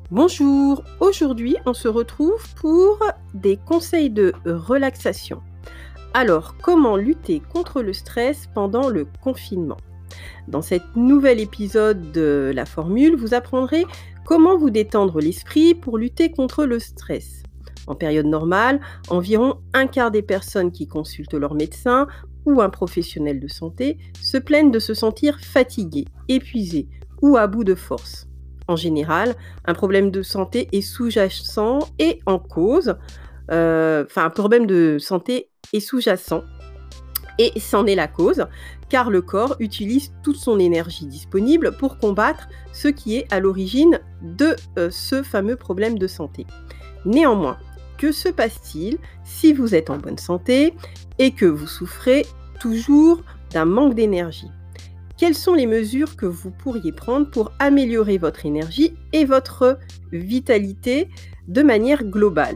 Bonjour, aujourd'hui on se retrouve pour des conseils de relaxation. Alors, comment lutter contre le stress pendant le confinement? Dans cet nouvel épisode de la formule, vous apprendrez comment vous détendre l'esprit pour lutter contre le stress. En période normale, environ un quart des personnes qui consultent leur médecin ou un professionnel de santé se plaignent de se sentir fatiguées, épuisées ou à bout de force. En général, un problème de santé est sous-jacent et en cause, un problème de santé est sous-jacent et c'en est la cause, car le corps utilise toute son énergie disponible pour combattre ce qui est à l'origine de ce fameux problème de santé. Néanmoins, que se passe-t-il si vous êtes en bonne santé et que vous souffrez toujours d'un manque d'énergie? Quelles sont les mesures que vous pourriez prendre pour améliorer votre énergie et votre vitalité de manière globale?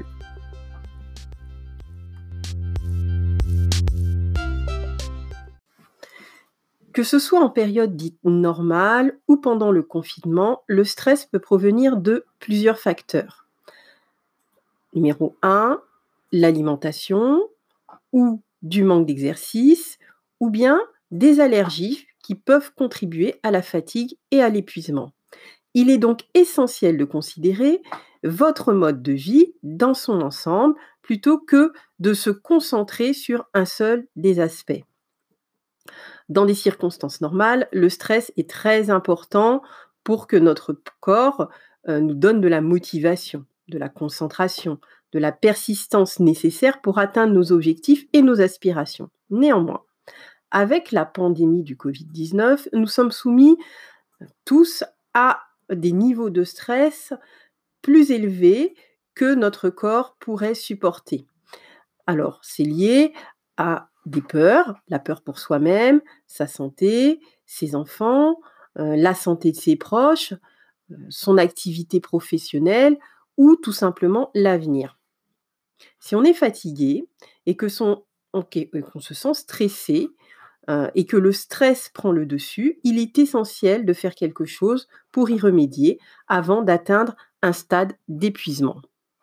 Que ce soit en période dite normale ou pendant le confinement, le stress peut provenir de plusieurs facteurs. Numéro 1, l'alimentation ou du manque d'exercice ou bien des allergies qui peuvent contribuer à la fatigue et à l'épuisement. Il est donc essentiel de considérer votre mode de vie dans son ensemble plutôt que de se concentrer sur un seul des aspects. Dans des circonstances normales, le stress est très important pour que notre corps nous donne de la motivation, de la concentration, de la persistance nécessaire pour atteindre nos objectifs et nos aspirations. Néanmoins, avec la pandémie du Covid-19, nous sommes soumis tous à des niveaux de stress plus élevés que notre corps pourrait supporter. Alors, c'est lié à des peurs, la peur pour soi-même, sa santé, ses enfants, la santé de ses proches, son activité professionnelle ou tout simplement l'avenir. Si on est fatigué et qu'on se sent stressé, et que le stress prend le dessus, il est essentiel de faire quelque chose pour y remédier avant d'atteindre un stade d'épuisement.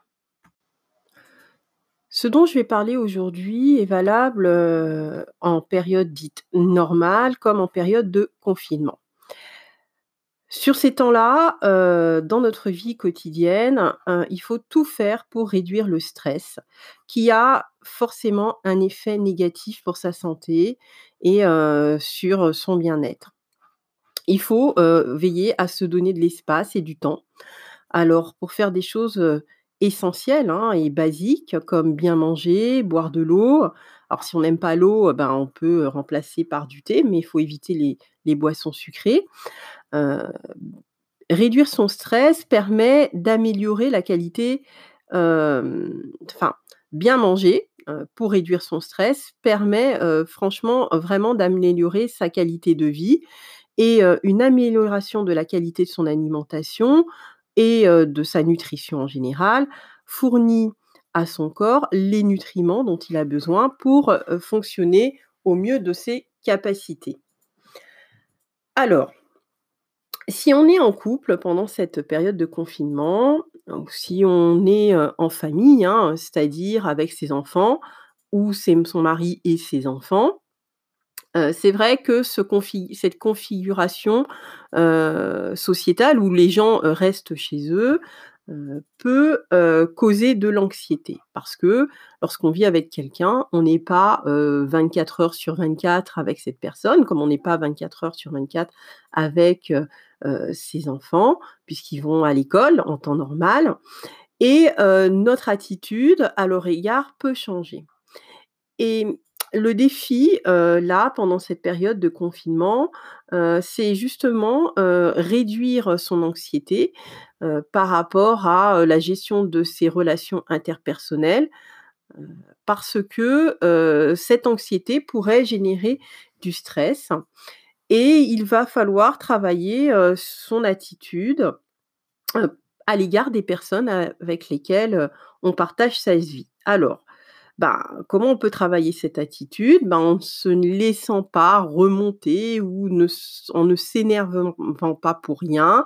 Ce dont je vais parler aujourd'hui est valable, en période dite normale comme en période de confinement. Sur ces temps-là, dans notre vie quotidienne, il faut tout faire pour réduire le stress, qui a forcément un effet négatif pour sa santé et sur son bien-être. Il faut, veiller à se donner de l'espace et du temps. Alors pour faire des choses, essentielles, hein, et basiques comme bien manger, boire de l'eau. Alors si on n'aime pas l'eau, ben, on peut, remplacer par du thé, mais il faut éviter les boissons sucrées. Heu, Réduire son stress permet d'améliorer la qualité, enfin, bien manger, pour réduire son stress permet, franchement, vraiment d'améliorer sa qualité de vie et une amélioration de la qualité de son alimentation et de sa nutrition en général, fournit à son corps les nutriments dont il a besoin pour, fonctionner au mieux de ses capacités. Alors, si on est en couple pendant cette période de confinement, ou si on est, en famille, hein, c'est-à-dire avec ses enfants ou c'est son mari et ses enfants, c'est vrai que cette configuration, sociétale où les gens, restent chez eux, peut, causer de l'anxiété. Parce que lorsqu'on vit avec quelqu'un, on n'est pas, 24 heures sur 24 avec cette personne, comme on n'est pas 24 heures sur 24 avec, ses enfants, puisqu'ils vont à l'école en temps normal et notre attitude à leur égard peut changer. Et le défi, là, pendant cette période de confinement, c'est justement, réduire son anxiété, par rapport à, la gestion de ses relations interpersonnelles, heu, parce que, cette anxiété pourrait générer du stress et il va falloir travailler, son attitude, à l'égard des personnes avec lesquelles, on partage sa vie. Alors, Comment on peut travailler cette attitude? En ne se laissant pas remonter ou en ne s'énervant pas pour rien,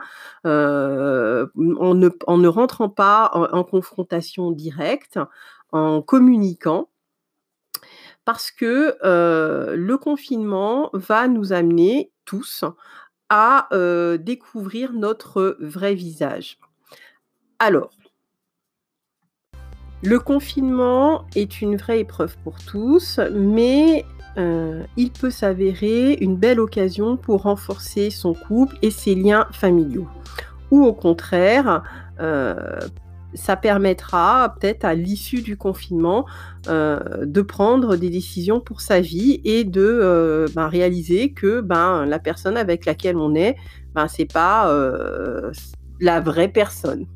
en ne rentrant pas en confrontation directe, en communiquant. Parce que, le confinement va nous amener tous à, découvrir notre vrai visage. Alors, le confinement est une vraie épreuve pour tous, mais il peut s'avérer une belle occasion pour renforcer son couple et ses liens familiaux. Ou au contraire, heu, ça permettra peut-être à l'issue du confinement, de prendre des décisions pour sa vie et de, réaliser que, la personne avec laquelle on est, c'est pas, la vraie personne.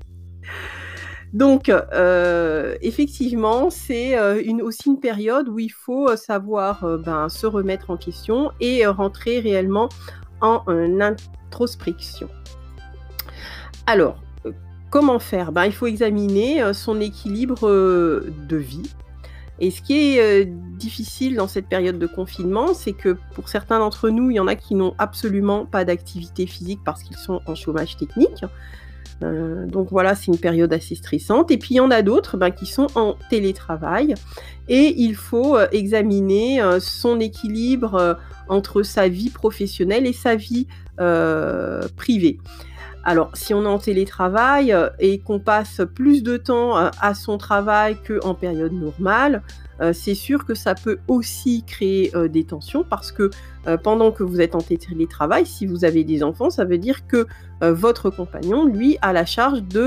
Donc, effectivement, c'est, aussi une période où il faut, savoir, se remettre en question et rentrer réellement en, introspection. Alors, comment faire? Il faut examiner, son équilibre, de vie et ce qui est, difficile dans cette période de confinement, c'est que pour certains d'entre nous, il y en a qui n'ont absolument pas d'activité physique parce qu'ils sont en chômage technique. Donc voilà, c'est une période assez stressante et puis il y en a d'autres, qui sont en télétravail et il faut, examiner, son équilibre, entre sa vie professionnelle et sa vie, privée. Alors si on est en télétravail, et qu'on passe plus de temps, à son travail qu'en période normale, c'est sûr que ça peut aussi créer, des tensions parce que, pendant que vous êtes en télétravail, si vous avez des enfants, ça veut dire que, votre compagnon, lui, a la charge de,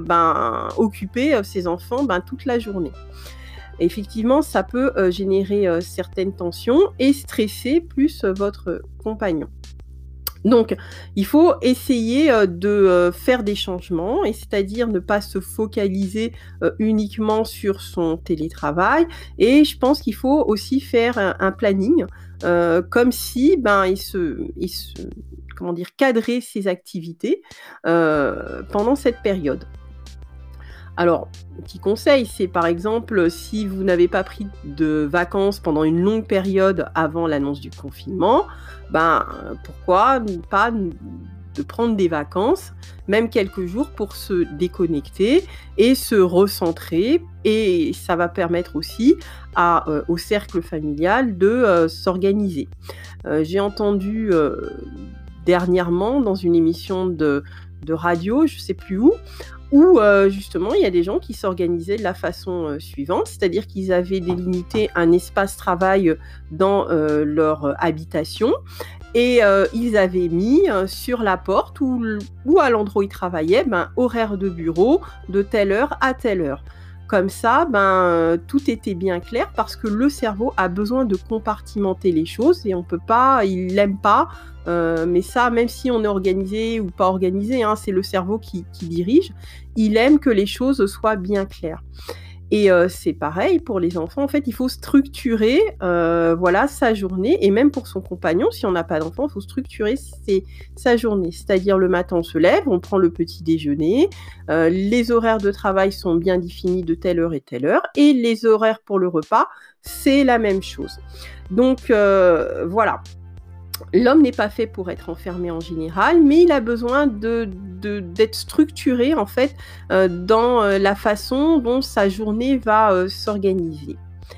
occuper, ses enfants, toute la journée. Effectivement, ça peut, générer, certaines tensions et stresser plus, votre compagnon. Donc, il faut essayer, de, faire des changements et c'est-à-dire ne pas se focaliser, uniquement sur son télétravail et je pense qu'il faut aussi faire un planning, comme si, il se comment dire? Cadrer ses activités, pendant cette période. Alors, petit conseil, c'est par exemple, si vous n'avez pas pris de vacances pendant une longue période avant l'annonce du confinement, pourquoi ne pas de prendre des vacances, même quelques jours pour se déconnecter et se recentrer et ça va permettre aussi au cercle familial de, s'organiser. J'ai entendu, dernièrement dans une émission de radio, je ne sais plus où, justement il y a des gens qui s'organisaient de la façon, suivante, c'est-à-dire qu'ils avaient délimité un espace travail, dans, leur habitation et ils avaient mis, sur la porte ou à l'endroit où ils travaillaient, horaire de bureau de telle heure à telle heure. Comme ça, tout était bien clair parce que le cerveau a besoin de compartimenter les choses et on peut pas il l'aime pas, mais ça, même si on est organisé ou pas organisé, hein, c'est le cerveau qui dirige. Il aime que les choses soient bien claires et c'est pareil pour les enfants. En fait, il faut structurer, sa journée et même pour son compagnon, si on n'a pas d'enfant, il faut structurer sa journée. C'est-à-dire le matin, on se lève, on prend le petit déjeuner, les horaires de travail sont bien définis de telle heure et les horaires pour le repas, c'est la même chose. Donc voilà. L'homme n'est pas fait pour être enfermé en général, mais il a besoin d'être structuré en fait, dans, la façon dont sa journée va, s'organiser.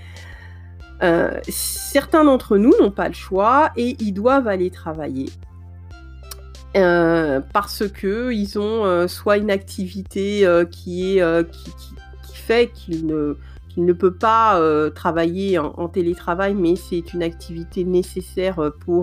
Certains d'entre nous n'ont pas le choix et ils doivent aller travailler. Parce qu'ils ont, soit une activité, qui fait qu'il ne peut pas, travailler en télétravail, mais c'est une activité nécessaire,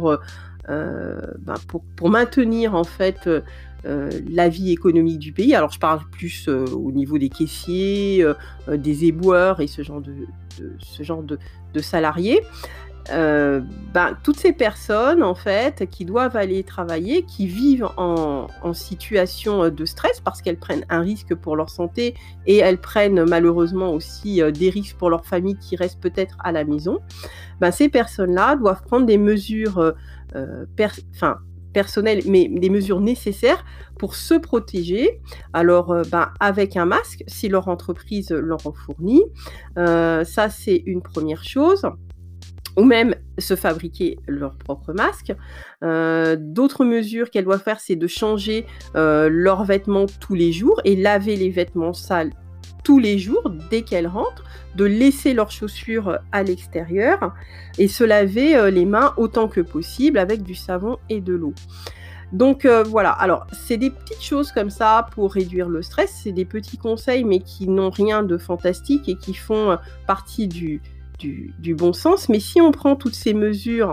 pour maintenir en fait, la vie économique du pays. Alors je parle plus, au niveau des caissiers, des éboueurs et ce genre de salariés. Toutes ces personnes en fait qui doivent aller travailler, qui vivent en situation, de stress parce qu'elles prennent un risque pour leur santé et elles prennent malheureusement aussi, des risques pour leur famille qui restent peut-être à la maison. Ces personnes-là doivent prendre des mesures, personnelles, mais des mesures nécessaires pour se protéger. Alors, avec un masque, si leur entreprise leur en fournit, ça c'est une première chose, ou même se fabriquer leur propre masque. D'autres mesures qu'elles doivent faire, c'est de changer, leurs vêtements tous les jours et laver les vêtements sales tous les jours dès qu'elles rentrent, de laisser leurs chaussures à l'extérieur et se laver, les mains autant que possible avec du savon et de l'eau. Donc voilà, alors c'est des petites choses comme ça pour réduire le stress, c'est des petits conseils mais qui n'ont rien de fantastique et qui font, partie du bon sens. Mais si on prend toutes ces mesures,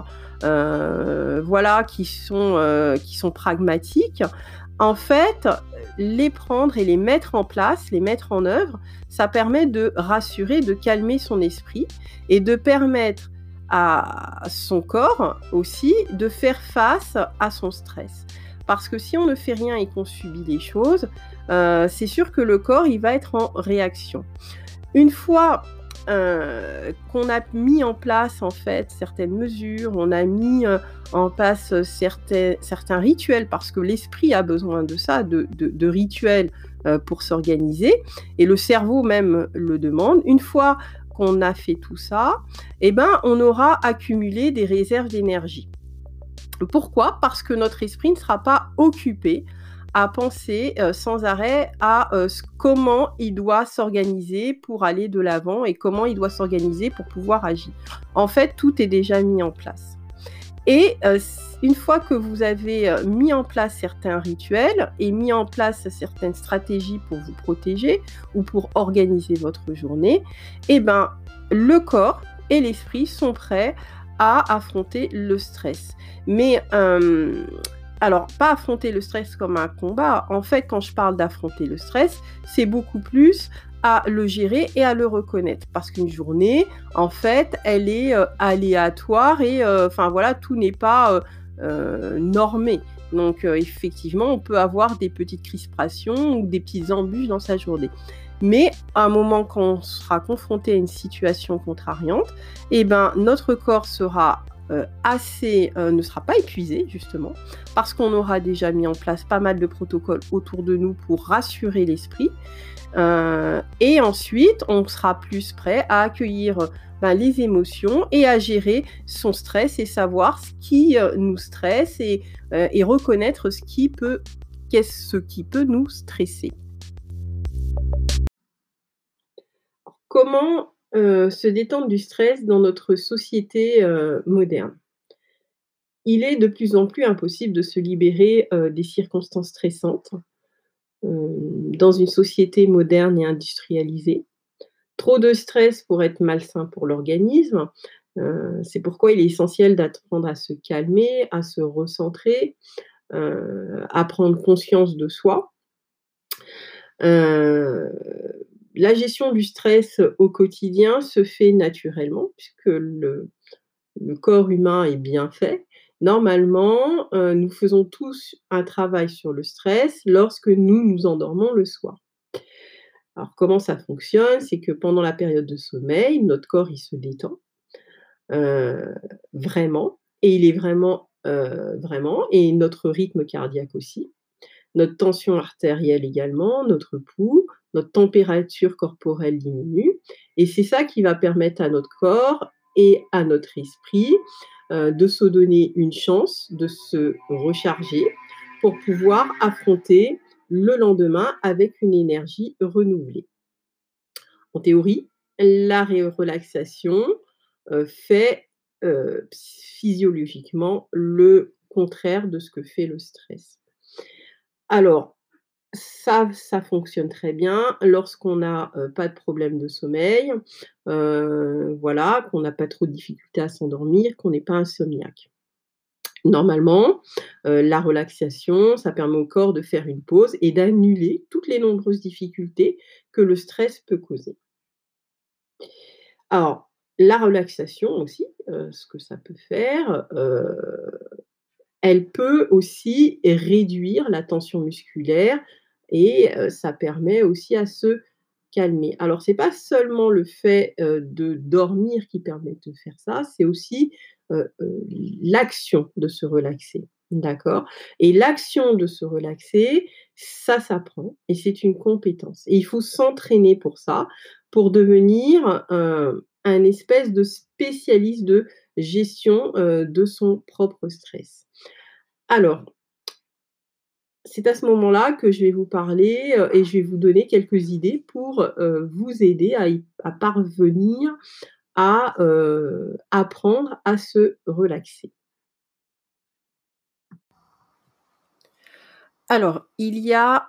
voilà, qui sont pragmatiques, en fait, les prendre et les mettre en place, les mettre en œuvre, ça permet de rassurer, de calmer son esprit et de permettre à son corps aussi de faire face à son stress. Parce que si on ne fait rien et qu'on subit les choses, c'est sûr que le corps, il va être en réaction. Une fois, qu'on a mis en place, en fait, certaines mesures, on a mis, en place, certains rituels parce que l'esprit a besoin de ça, de rituels, pour s'organiser et le cerveau même le demande. Une fois qu'on a fait tout ça, et ben, on aura accumulé des réserves d'énergie. Pourquoi? Parce que notre esprit ne sera pas occupé à penser, sans arrêt à, comment il doit s'organiser pour aller de l'avant et comment il doit s'organiser pour pouvoir agir. En fait, tout est déjà mis en place et une fois que vous avez, mis en place certains rituels et mis en place certaines stratégies pour vous protéger ou pour organiser votre journée, et ben, le corps et l'esprit sont prêts à affronter le stress. Mais, alors pas affronter le stress comme un combat. En fait, quand je parle d'affronter le stress, c'est beaucoup plus à le gérer et à le reconnaître. Parce qu'une journée, en fait, elle est, aléatoire et enfin voilà, tout n'est pas, normé. Donc effectivement, on peut avoir des petites crispations ou des petites embûches dans sa journée. Mais à un moment quand on sera confronté à une situation contrariante, et ben, notre corps sera, ne sera pas épuisé justement, parce qu'on aura déjà mis en place pas mal de protocoles autour de nous pour rassurer l'esprit. Et ensuite, on sera plus prêt à accueillir, les émotions et à gérer son stress et savoir ce qui, nous stresse et reconnaître ce qui peut nous stresser. Comment, se détendre du stress dans notre société, moderne? Il est de plus en plus impossible de se libérer, des circonstances stressantes, dans une société moderne et industrialisée. Trop de stress pourrait être malsain pour l'organisme, c'est pourquoi il est essentiel d'apprendre à se calmer, à se recentrer, à prendre conscience de soi. Heu, la gestion du stress au quotidien se fait naturellement puisque le corps humain est bien fait. Normalement, nous faisons tous un travail sur le stress lorsque nous nous endormons le soir. Alors comment ça fonctionne? C'est que pendant la période de sommeil, notre corps, il se détend, heu, vraiment et il est vraiment et notre rythme cardiaque aussi, notre tension artérielle également, notre pouls, notre température corporelle diminue et c'est ça qui va permettre à notre corps et à notre esprit, de se donner une chance de se recharger pour pouvoir affronter le lendemain avec une énergie renouvelée. En théorie, la relaxation, fait, physiologiquement le contraire de ce que fait le stress. Alors ça fonctionne très bien lorsqu'on n'a, pas de problème de sommeil, voilà, qu'on n'a pas trop de difficultés à s'endormir, qu'on n'est pas insomniaque. Normalement, la relaxation, ça permet au corps de faire une pause et d'annuler toutes les nombreuses difficultés que le stress peut causer. Alors, la relaxation aussi, ce que ça peut faire, elle peut aussi réduire la tension musculaire et ça permet aussi à se calmer. Alors c'est pas seulement le fait, de dormir qui permet de faire ça, c'est aussi, l'action de se relaxer. D'accord? Et l'action de se relaxer, ça s'apprend et c'est une compétence et il faut s'entraîner pour ça, pour devenir un espèce de spécialiste de gestion, de son propre stress. Alors, c'est à ce moment-là que je vais vous parler, et je vais vous donner quelques idées pour, vous aider à parvenir à, apprendre à se relaxer. Alors, il y a,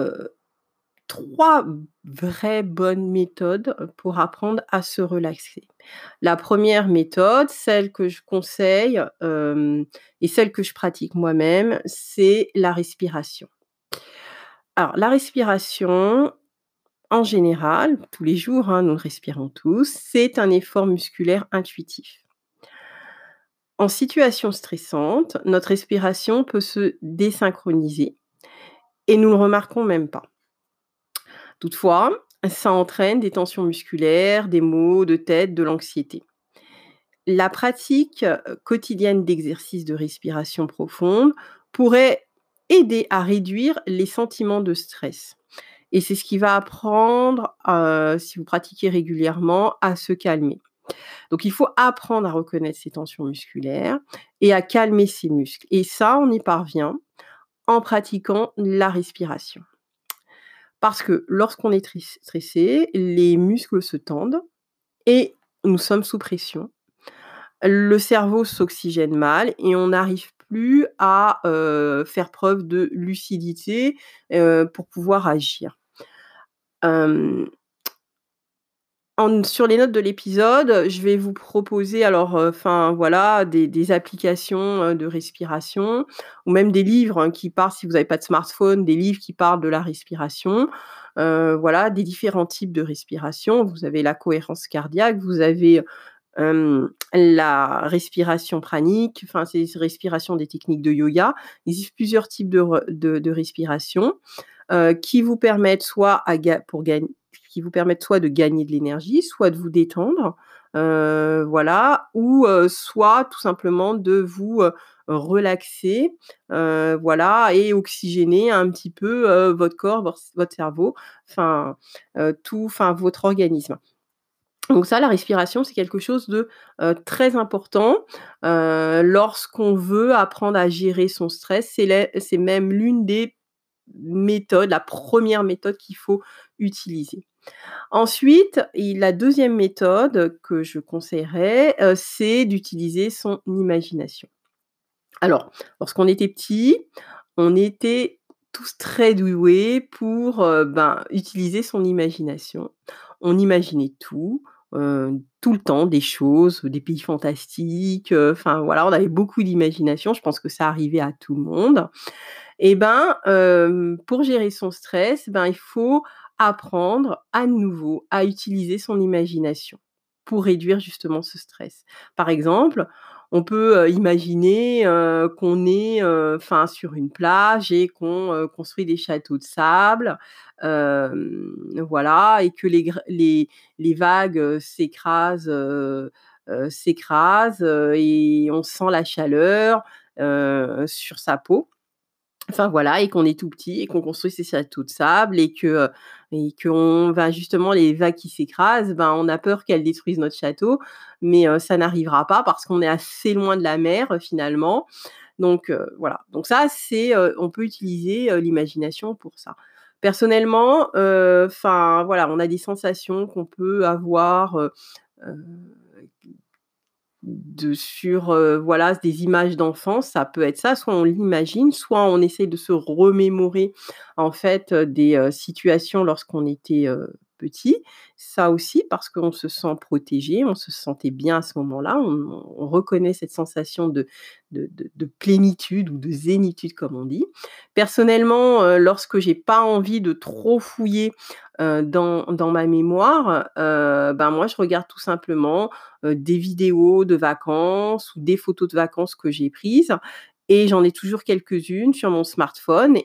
3 vraies bonnes méthodes, pour apprendre à se relaxer. La première méthode, celle que je conseille, et celle que je pratique moi-même, c'est la respiration. Alors la respiration, en général, tous les jours, hein, nous le respirons tous, c'est un effort musculaire intuitif. En situation stressante, notre respiration peut se désynchroniser et nous ne le remarquons même pas. Toutefois, ça entraîne des tensions musculaires, des maux de tête, de l'anxiété. La pratique, quotidienne d'exercices de respiration profonde pourrait aider à réduire les sentiments de stress et c'est ce qui va apprendre, si vous pratiquez régulièrement, à se calmer. Donc il faut apprendre à reconnaître ces tensions musculaires et à calmer ses muscles et ça, on y parvient en pratiquant la respiration. Parce que lorsqu'on est stressé, les muscles se tendent et nous sommes sous pression. Le cerveau s'oxygène mal et on n'arrive plus à, faire preuve de lucidité, pour pouvoir agir. Hem, sur les notes de l'épisode, je vais vous proposer alors, enfin voilà, des applications, de respiration ou même des livres, hein, qui parlent si vous n'avez pas de smartphone, des livres qui parlent de la respiration. Voilà, des différents types de respiration. Vous avez la cohérence cardiaque, vous avez, la respiration pranique, enfin c'est respiration des techniques de yoga. Il existe plusieurs types de respiration, qui vous permettent soit à ga pour gagn qui vous permettent soit de gagner de l'énergie, soit de vous détendre, voilà, ou, soit tout simplement de vous, relaxer, voilà et oxygéner un petit peu, votre corps, votre cerveau, enfin, enfin votre organisme. Donc ça, la respiration, c'est quelque chose de, très important, lorsqu'on veut apprendre à gérer son stress. C'est même l'une des méthodes, la première méthode qu'il faut utiliser. Ensuite, la deuxième méthode que je conseillerais, c'est d'utiliser son imagination. Alors, lorsqu'on était petit, on était tous très doués pour, utiliser son imagination. On imaginait tout le temps, des choses, des pays fantastiques, enfin voilà, on avait beaucoup d'imagination. Je pense que ça arrivait à tout le monde. Et ben, pour gérer son stress, ben, il faut apprendre à nouveau à utiliser son imagination pour réduire justement ce stress. Par exemple, on peut, imaginer, qu'on est, enfin sur une plage et qu'on, construit des châteaux de sable, voilà et que les vagues, s'écrasent, et on sent la chaleur, sur sa peau. Enfin voilà et qu'on est tout petit et qu'on construit ces châteaux de sable et qu'on va justement les vagues qui s'écrasent, ben, on a peur qu'elles détruisent notre château, mais ça n'arrivera pas parce qu'on est assez loin de la mer, finalement. Donc voilà. Donc ça, c'est, on peut utiliser, l'imagination pour ça. Personnellement, enfin voilà, on a des sensations qu'on peut avoir, heu voilà, des images d'enfance, ça peut être ça, soit on l'imagine, soit on essaie de se remémorer, en fait, des, situations lorsqu'on était, petit. Ça aussi parce qu'on se sent protégé, on se sentait bien à ce moment-là, on reconnaît cette sensation de plénitude ou de zénitude comme on dit. Personnellement, lorsque j'ai pas envie de trop fouiller, dans ma mémoire, ben, moi je regarde tout simplement, des vidéos de vacances ou des photos de vacances que j'ai prises et j'en ai toujours quelques-unes sur mon smartphone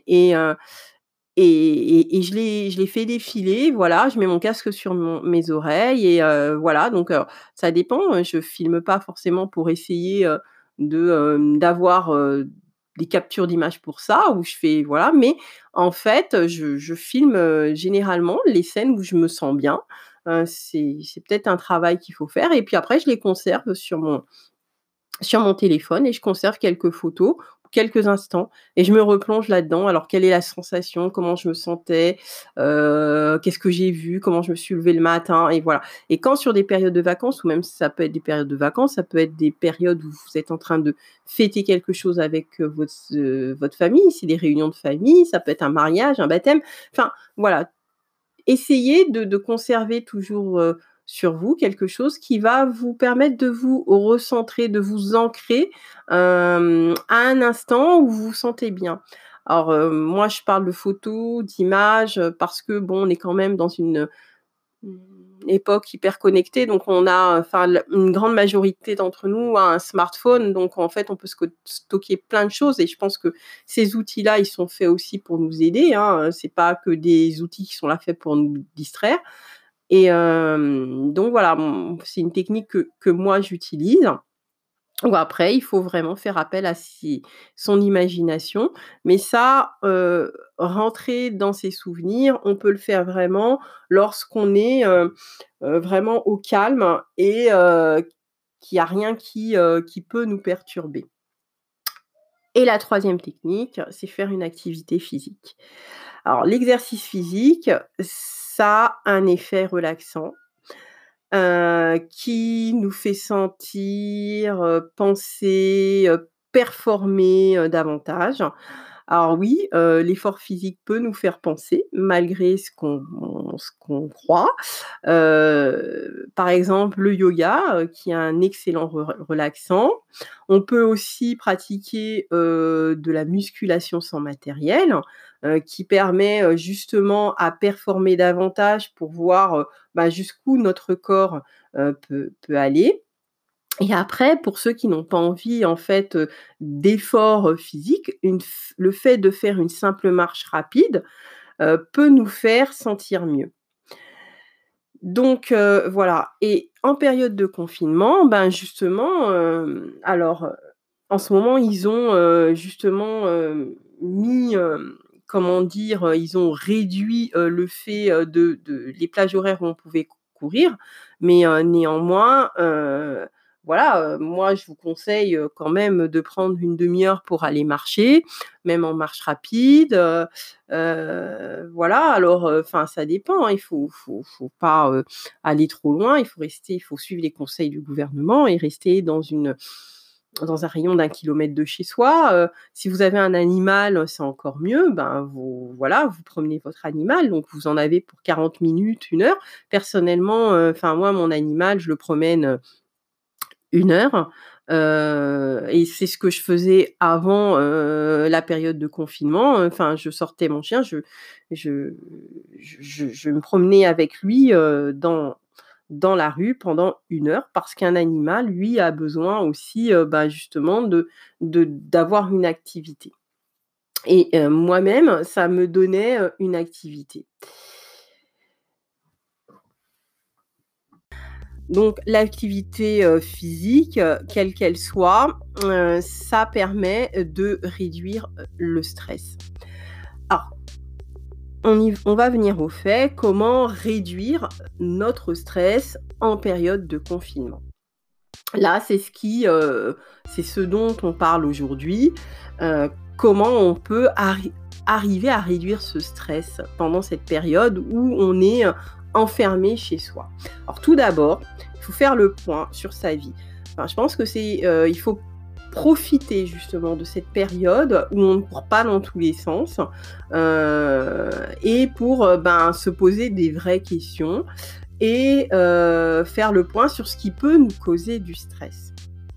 et je les fais défiler, voilà. Je mets mon casque sur mes oreilles et voilà donc ça dépend, je filme pas forcément pour essayer, d'avoir, des captures d'images pour ça, où je fais voilà, mais en fait, je filme, généralement les scènes où je me sens bien. C'est peut-être un travail qu'il faut faire et puis après je les conserve sur mon téléphone et je conserve quelques photos, quelques instants et je me replonge là-dedans. Alors quelle est la sensation? Comment je me sentais? Qu'est-ce que j'ai vu? Comment je me suis levée le matin? Et voilà. Et quand sur des périodes de vacances ou même si ça peut être des périodes de vacances, ça peut être des périodes où vous êtes en train de fêter quelque chose avec, votre famille, c'est des réunions de famille, ça peut être un mariage, un baptême. Enfin voilà, essayez de conserver toujours, sur vous quelque chose qui va vous permettre de vous recentrer, de vous ancrer, à un instant où vous vous sentez bien. Alors, moi je parle de photos, d'images, parce que bon, on est quand même dans une époque hyper connectée, donc on a, enfin l une grande majorité d'entre nous a un smartphone, donc en fait on peut stocker plein de choses et je pense que ces outils-là, ils sont faits aussi pour nous aider, hein, c'est pas que des outils qui sont là faits pour nous distraire et donc voilà, c'est une technique que moi j'utilise. Ou après, il faut vraiment faire appel à son imagination, mais ça, rentrer dans ses souvenirs, on peut le faire vraiment lorsqu'on est, vraiment au calme et qu'il y a rien qui peut nous perturber. Et la troisième technique, c'est faire une activité physique. Alors l'exercice physique, ça a un effet relaxant, qui nous fait sentir, penser, performer, davantage. Alors oui, l'effort physique peut nous faire penser malgré ce qu'on croit. Par exemple, le yoga, qui est un excellent relaxant. On peut aussi pratiquer, de la musculation sans matériel, qui permet, justement à performer davantage pour voir, jusqu'où notre corps, peut aller. Et après, pour ceux qui n'ont pas envie, en fait, d'efforts, physiques, le fait de faire une simple marche rapide, peut nous faire sentir mieux. Donc voilà et en période de confinement, ben, justement, alors, en ce moment, ils ont, justement, mis, comment dire? Ils ont réduit, le fait, de les plages horaires où on pouvait courir, mais néanmoins, voilà, moi je vous conseille, quand même de prendre une demi-heure pour aller marcher, même en marche rapide, voilà. Alors, enfin ça dépend, hein, il faut pas, aller trop loin, il faut suivre les conseils du gouvernement et rester dans un rayon d'1 kilomètre de chez soi. Si vous avez un animal, c'est encore mieux, ben, vous promenez votre animal, donc vous en avez pour 40 minutes, 1 heure. Personnellement, enfin moi mon animal, je le promène, 1 heure, et c'est ce que je faisais avant, la période de confinement. Enfin, je sortais mon chien, je je me promenais avec lui, dans la rue pendant 1 heure parce qu'un animal, lui, a besoin aussi, justement d'avoir une activité et moi-même, ça me donnait, une activité. Donc l'activité, physique, quelle qu'elle soit, ça permet de réduire, le stress. Alors, on va venir au fait, comment réduire notre stress en période de confinement? Là, c'est ce dont on parle aujourd'hui, comment on peut arriver à réduire ce stress pendant cette période où on est, enfermé chez soi. Alors tout d'abord, il faut faire le point sur sa vie. Enfin, je pense que il faut profiter justement de cette période où on ne court pas dans tous les sens, et pour, se poser des vraies questions et faire le point sur ce qui peut nous causer du stress.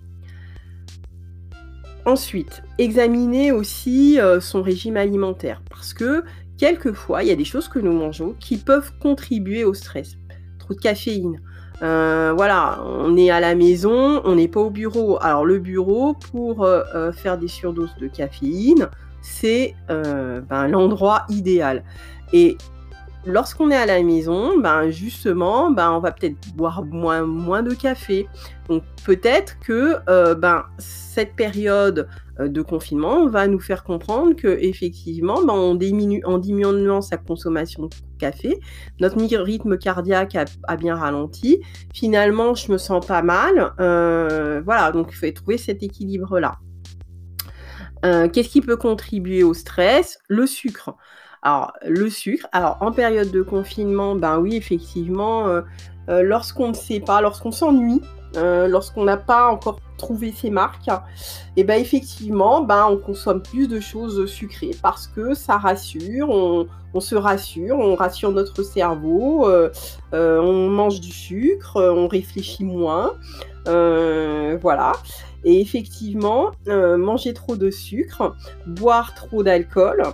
Ensuite, examiner aussi, son régime alimentaire parce que quelquefois, il y a des choses que nous mangeons qui peuvent contribuer au stress. Trop de caféine, voilà, on est à la maison, on n'est pas au bureau. Alors le bureau pour, faire des surdoses de caféine, c'est, l'endroit idéal et lorsqu'on est à la maison, justement, on va peut-être boire moins de café. Donc peut-être que, cette période, de confinement va nous faire comprendre qu'effectivement, en diminuant sa consommation de café, notre rythme cardiaque a bien ralenti. Finalement, je me sens pas mal. Voilà, donc il faut trouver cet équilibre-là. Qu'est-ce qui peut contribuer au stress? Le sucre. Alors, le sucre, en période de confinement, oui, effectivement, lorsqu'on ne sait pas, lorsqu'on s'ennuie, lorsqu'on n'a pas encore trouvé ses marques, effectivement, on consomme plus de choses sucrées parce que ça rassure, on se rassure, on rassure notre cerveau, on mange du sucre, on réfléchit moins, voilà. Et effectivement, manger trop de sucre, boire trop d'alcool,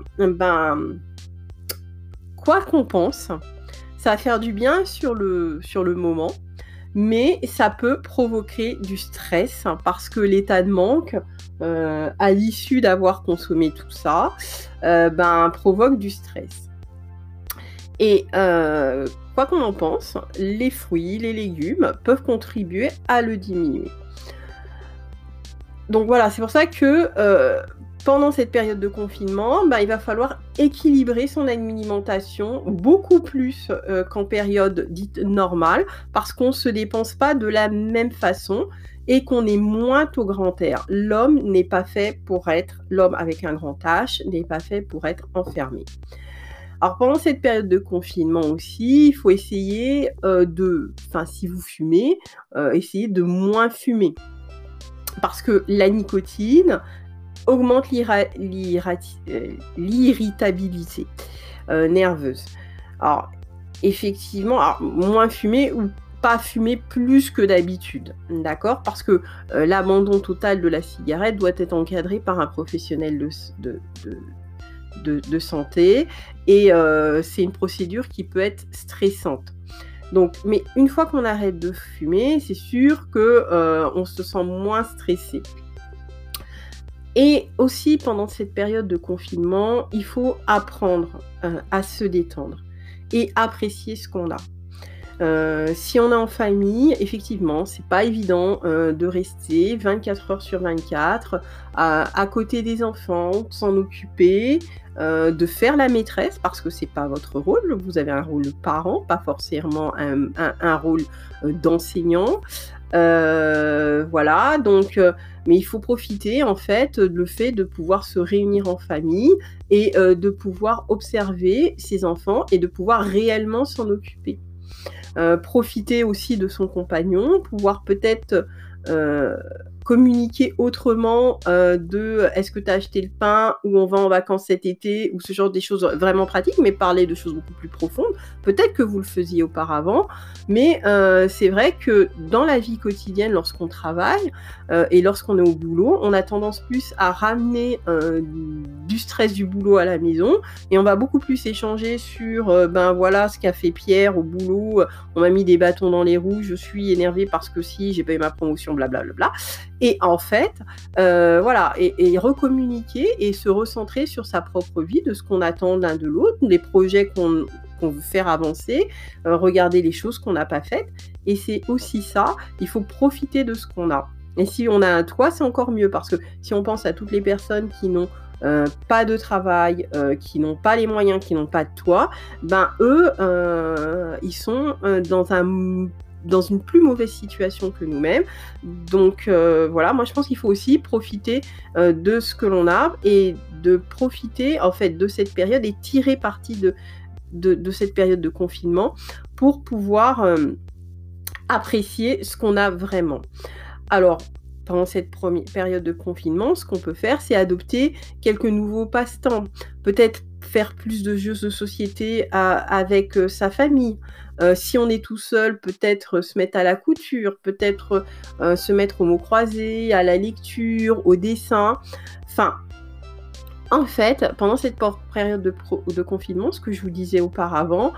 quoi qu'on pense, ça va faire du bien sur le moment, mais ça peut provoquer du stress parce que l'état de manque, à l'issue d'avoir consommé tout ça, provoque du stress. Et quoi qu'on en pense, les fruits, les légumes peuvent contribuer à le diminuer. Donc voilà, c'est pour ça que pendant cette période de confinement, il va falloir équilibrer son alimentation beaucoup plus qu'en période dite normale, parce qu'on ne se dépense pas de la même façon et qu'on est moins au grand air. L'homme avec un grand H n'est pas fait pour être enfermé. Alors pendant cette période de confinement aussi, il faut essayer si vous fumez, essayez de moins fumer. Parce que la nicotine augmente l'irritabilité nerveuse. Alors, effectivement, moins fumer ou pas fumer plus que d'habitude, d'accord? Parce que l'abandon total de la cigarette doit être encadré par un professionnel de santé et c'est une procédure qui peut être stressante. Donc, mais une fois qu'on arrête de fumer, c'est sûr qu'on se sent moins stressé. Et aussi, pendant cette période de confinement, il faut apprendre à se détendre et apprécier ce qu'on a. Si on est en famille, effectivement, c'est pas évident de rester 24 heures sur 24 à côté des enfants, de s'en occuper, de faire la maîtresse parce que c'est pas votre rôle. Vous avez un rôle de parent, pas forcément un rôle d'enseignant. Voilà, donc, mais il faut profiter en fait le fait de pouvoir se réunir en famille et de pouvoir observer ses enfants et de pouvoir réellement s'en occuper. Profiter aussi de son compagnon, pouvoir peut-être communiquer autrement est-ce que tu as acheté le pain ou on va en vacances cet été ou ce genre des choses vraiment pratiques, mais parler de choses beaucoup plus profondes. Peut-être que vous le faisiez auparavant, mais c'est vrai que dans la vie quotidienne, lorsqu'on travaille et lorsqu'on est au boulot, on a tendance plus à ramener du stress du boulot à la maison et on va beaucoup plus échanger sur voilà ce qu'a fait Pierre au boulot, on m'a mis des bâtons dans les roues, je suis énervée parce que si j'ai pas eu ma promotion, blablabla. Et en fait, voilà, et recommuniquer et se recentrer sur sa propre vie, de ce qu'on attend l'un de l'autre, les projets qu'on veut faire avancer, regarder les choses qu'on n'a pas faites. Et c'est aussi ça, il faut profiter de ce qu'on a. Et si on a un toit, c'est encore mieux, parce que si on pense à toutes les personnes qui n'ont pas de travail, qui n'ont pas les moyens, qui n'ont pas de toit, eux, ils sont dans une plus mauvaise situation que nous-mêmes. Donc voilà, moi je pense qu'il faut aussi profiter de ce que l'on a et de profiter en fait de cette période et tirer parti de cette période de confinement pour pouvoir apprécier ce qu'on a vraiment. Alors, pendant cette période de confinement, ce qu'on peut faire, c'est adopter quelques nouveaux passe-temps. Peut-être faire plus de jeux de société avec sa famille. Si on est tout seul, peut-être se mettre à la couture, peut-être se mettre aux mots croisés, à la lecture, au dessin. Enfin, en fait, pendant cette période de confinement, ce que je vous disais auparavant,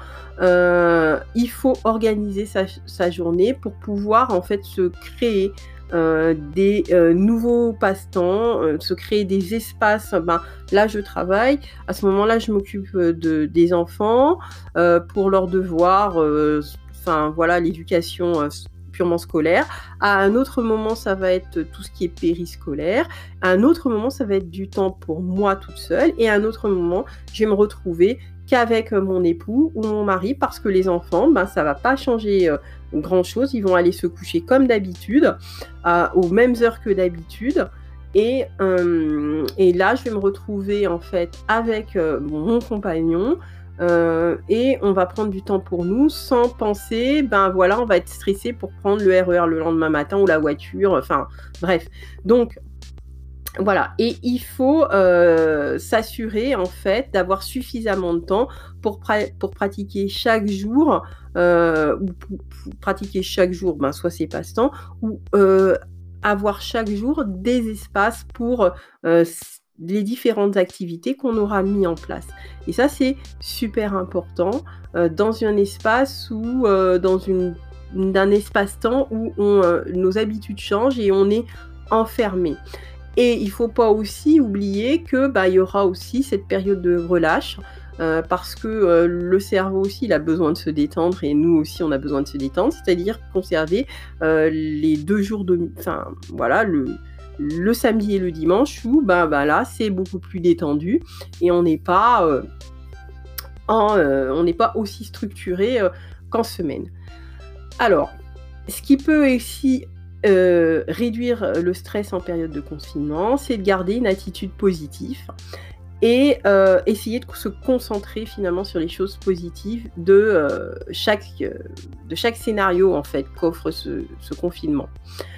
il faut organiser sa journée pour pouvoir en fait se créer des nouveaux passe-temps, se créer des espaces. Là, je travaille. À ce moment-là, je m'occupe des enfants pour leurs devoirs. Voilà, l'éducation purement scolaire. À un autre moment, ça va être tout ce qui est périscolaire. À un autre moment, ça va être du temps pour moi toute seule. Et à un autre moment, je vais me retrouver qu'avec mon époux ou mon mari parce que les enfants, ça va pas changer grand-chose. Ils vont aller se coucher comme d'habitude, aux mêmes heures que d'habitude. Et là, je vais me retrouver en fait avec mon compagnon et on va prendre du temps pour nous sans penser, voilà, on va être stressé pour prendre le RER le lendemain matin ou la voiture, enfin bref. Donc voilà, et il faut s'assurer en fait d'avoir suffisamment de temps pour pratiquer chaque jour, ou pour pratiquer chaque jour, soit ses passe-temps, ou avoir chaque jour des espaces pour les différentes activités qu'on aura mis en place. Et ça, c'est super important dans un espace ou d'un espace-temps où nos habitudes changent et on est enfermé. Et il ne faut pas aussi oublier que il y aura aussi cette période de relâche parce que le cerveau aussi, il a besoin de se détendre et nous aussi, on a besoin de se détendre, c'est-à-dire conserver les 2 jours voilà, le samedi et le dimanche où là, c'est beaucoup plus détendu et on n'est pas aussi structuré qu'en semaine. Alors, ce qui peut aussi réduire le stress en période de confinement, c'est de garder une attitude positive et essayer de se concentrer finalement sur les choses positives de chaque scénario en fait qu'offre ce confinement.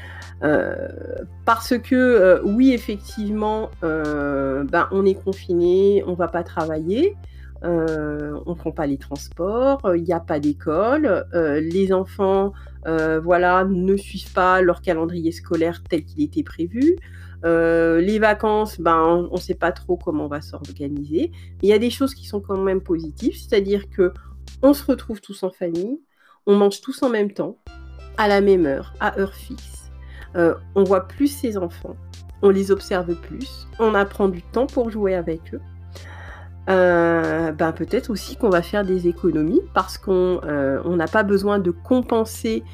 Parce que oui, effectivement, on est confiné, on va pas travailler, on prend pas les transports, il y a pas d'école, les enfants, voilà, ne suivent pas leur calendrier scolaire tel qu'il était prévu. Les vacances, on sait pas trop comment on va s'organiser. Il y a des choses qui sont quand même positives, c'est-à-dire qu'on se retrouve tous en famille, on mange tous en même temps, à la même heure, à heure fixe. On voit plus ses enfants, on les observe plus, on apprend du temps pour jouer avec eux. Peut-être aussi qu'on va faire des économies parce qu'on n'a pas besoin de compenser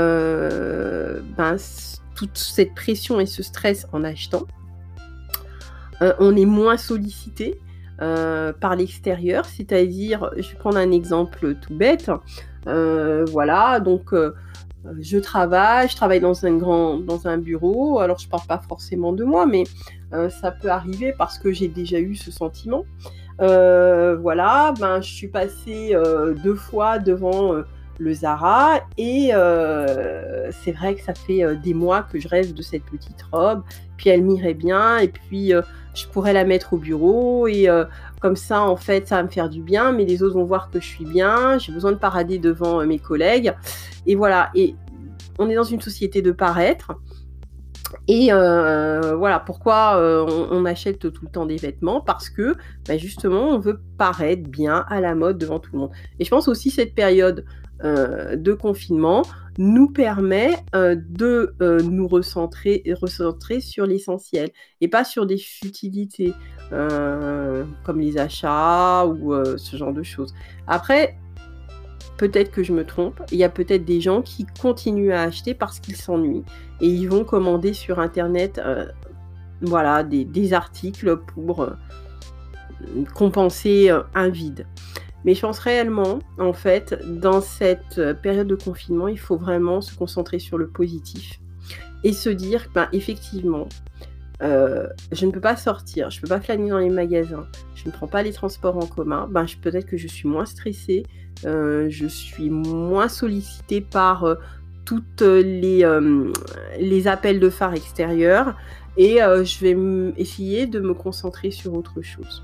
toute cette pression et ce stress en achetant. On est moins sollicité par l'extérieur, c'est-à-dire, je vais prendre un exemple tout bête. Voilà, donc je travaille dans un bureau. Alors je parle pas forcément de moi, mais ça peut arriver parce que j'ai déjà eu ce sentiment. Voilà, je suis passée 2 fois devant le Zara et c'est vrai que ça fait des mois que je rêve de cette petite robe. Puis elle m'irait bien et puis je pourrais la mettre au bureau et comme ça, en fait, ça va me faire du bien, mais les autres vont voir que je suis bien. J'ai besoin de parader devant mes collègues. Et voilà, et on est dans une société de paraître. Et voilà, pourquoi on achète tout le temps des vêtements? Parce que, justement, on veut paraître bien à la mode devant tout le monde. Et je pense aussi cette période de confinement nous permet de nous recentrer sur l'essentiel et pas sur des futilités comme les achats ou ce genre de choses. Après, peut-être que je me trompe, il y a peut-être des gens qui continuent à acheter parce qu'ils s'ennuient et ils vont commander sur internet voilà, des articles pour compenser un vide. Mais je pense réellement, en fait, dans cette période de confinement, il faut vraiment se concentrer sur le positif et se dire, effectivement, je ne peux pas sortir, je ne peux pas flâner dans les magasins, je ne prends pas les transports en commun, peut-être que je suis moins stressée, je suis moins sollicitée par toutes les appels de phare extérieurs et je vais essayer de me concentrer sur autre chose.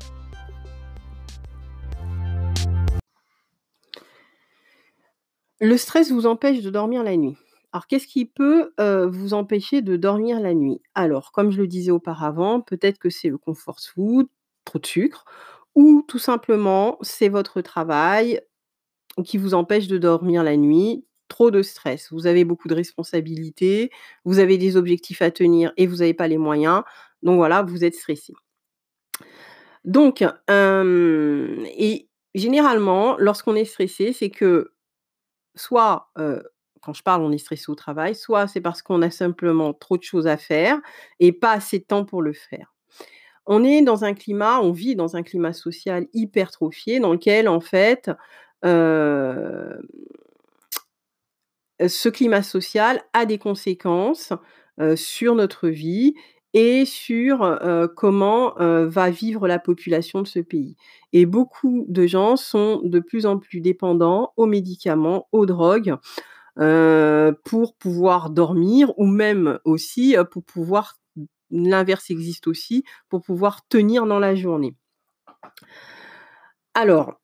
Le stress vous empêche de dormir la nuit. Alors qu'est-ce qui peut vous empêcher de dormir la nuit? Alors, comme je le disais auparavant, peut-être que c'est le comfort food, trop de sucre, ou tout simplement, c'est votre travail qui vous empêche de dormir la nuit, trop de stress. Vous avez beaucoup de responsabilités, vous avez des objectifs à tenir et vous n'avez pas les moyens, donc voilà, vous êtes stressé. Donc et généralement, lorsqu'on est stressé, c'est que soit, quand je parle on est stressé au travail, soit c'est parce qu'on a simplement trop de choses à faire et pas assez de temps pour le faire. On vit dans un climat social hypertrophié dans lequel en fait, heu, ce climat social a des conséquences, sur notre vie et sur, comment, va vivre la population de ce pays et beaucoup de gens sont de plus en plus dépendants aux médicaments, aux drogues, pour pouvoir dormir ou même aussi, pour pouvoir l'inverse existe aussi, pour pouvoir tenir dans la journée. Alors,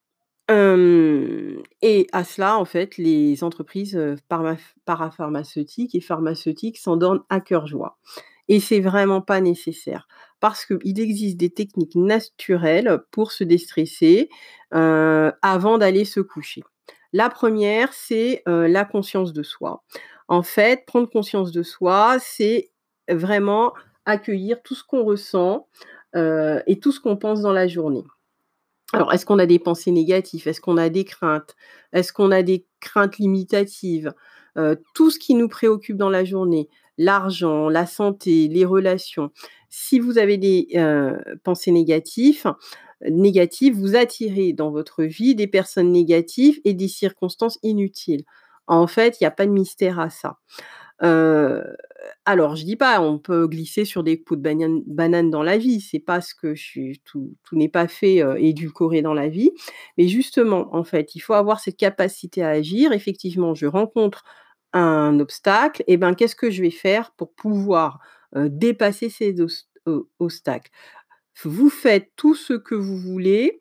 et à cela, en fait, les entreprises, parapharmaceutiques et pharmaceutiques s'en donnent à cœur joie et c'est vraiment pas nécessaire parce qu'il existe des techniques naturelles pour se déstresser, avant d'aller se coucher. La première, c'est, la conscience de soi. En fait, prendre conscience de soi, c'est vraiment accueillir tout ce qu'on ressent, et tout ce qu'on pense dans la journée. Alors, est-ce qu'on a des pensées négatives? Est-ce qu'on a des craintes? Est-ce qu'on a des craintes limitatives? Tout ce qui nous préoccupe dans la journée, l'argent, la santé, les relations. Si vous avez des, pensées négatives, vous attirez dans votre vie des personnes négatives et des circonstances inutiles. En fait, il y a pas de mystère à ça. Heu, alors je dis pas, on peut glisser sur des peaux de banane dans la vie, c'est pas ce que je suis tout n'est pas fait, édulcoré dans la vie. Mais justement, en fait, il faut avoir cette capacité à agir. Effectivement, je rencontre un obstacle et ben, qu'est-ce que je vais faire pour pouvoir, dépasser ces obstacles? Vous faites tout ce que vous voulez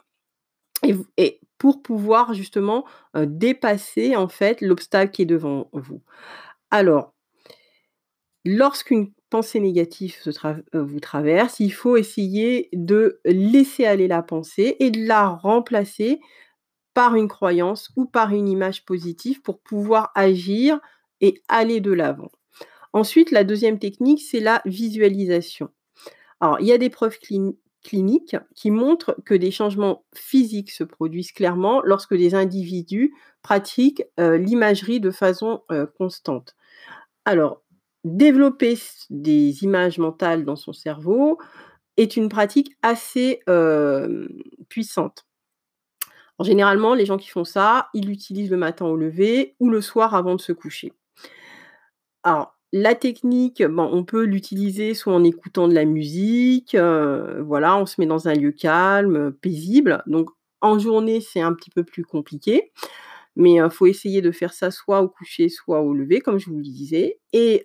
et pour pouvoir justement, dépasser en fait l'obstacle qui est devant vous. Alors lorsqu'une pensée négative vous traverse, il faut essayer de laisser aller la pensée et de la remplacer par une croyance ou par une image positive pour pouvoir agir et aller de l'avant. Ensuite, la deuxième technique, c'est la visualisation. Alors, il y a des preuves cliniques qui montrent que des changements physiques se produisent clairement lorsque des individus pratiquent, l'imagerie de façon, constante. Alors, développer des images mentales dans son cerveau est une pratique assez, puissante. Généralement, les gens qui font ça, ils l'utilisent le matin au lever ou le soir avant de se coucher. Alors, la technique, bon, on peut l'utiliser soit en écoutant de la musique, voilà, on se met dans un lieu calme, paisible. Donc en journée, c'est un petit peu plus compliqué. Mais, faut essayer de faire ça soit au coucher, soit au lever, comme je vous le disais et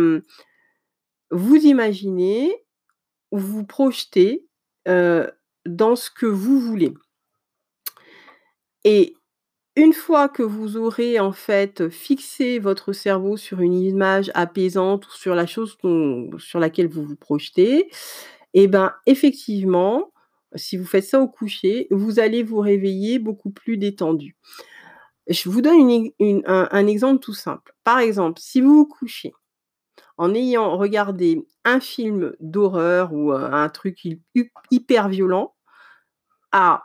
vous imaginez ou vous projetez, heu, dans ce que vous voulez et une fois que vous aurez, en fait, fixé votre cerveau sur une image apaisante ou sur la chose sur laquelle vous vous projetez et ben, effectivement, si vous faites ça au coucher, vous allez vous réveiller beaucoup plus détendu. Je vous donne un exemple tout simple. Par exemple, si vous vous couchez en ayant regardé un film d'horreur ou, un truc hyper violent, à